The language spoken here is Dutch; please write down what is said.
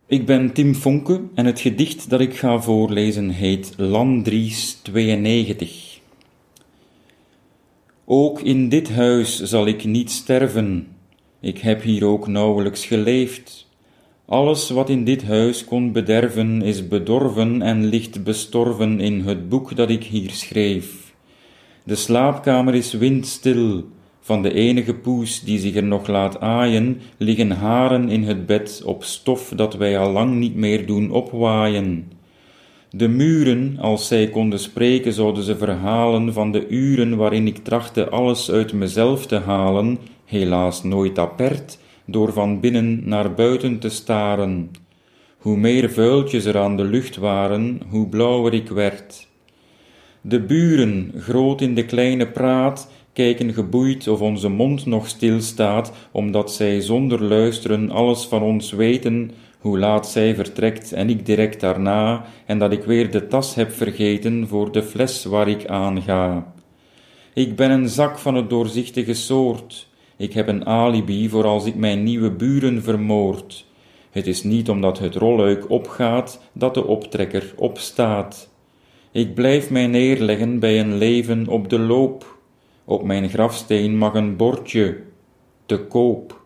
Ik ben Tim Fonke en het gedicht dat ik ga voorlezen heet Landries 92. Ook in dit huis zal ik niet sterven, ik heb hier ook nauwelijks geleefd. Alles wat in dit huis kon bederven is bedorven en ligt bestorven in het boek dat ik hier schreef. De slaapkamer is windstil, van de enige poes die zich er nog laat aaien, liggen haren in het bed op stof dat wij al lang niet meer doen opwaaien. De muren, als zij konden spreken, zouden ze verhalen van de uren waarin ik trachtte alles uit mezelf te halen, helaas nooit apert, door van binnen naar buiten te staren. Hoe meer vuiltjes er aan de lucht waren, hoe blauwer ik werd. De buren, groot in de kleine praat, kijken geboeid of onze mond nog stilstaat, omdat zij zonder luisteren alles van ons weten, hoe laat zij vertrekt en ik direct daarna, en dat ik weer de tas heb vergeten voor de fles waar ik aan ga. Ik ben een zak van het doorzichtige soort. Ik heb een alibi voor als ik mijn nieuwe buren vermoord. Het is niet omdat het rolluik opgaat dat de optrekker opstaat. Ik blijf mij neerleggen bij een leven op de loop. Op mijn grafsteen mag een bordje: te koop.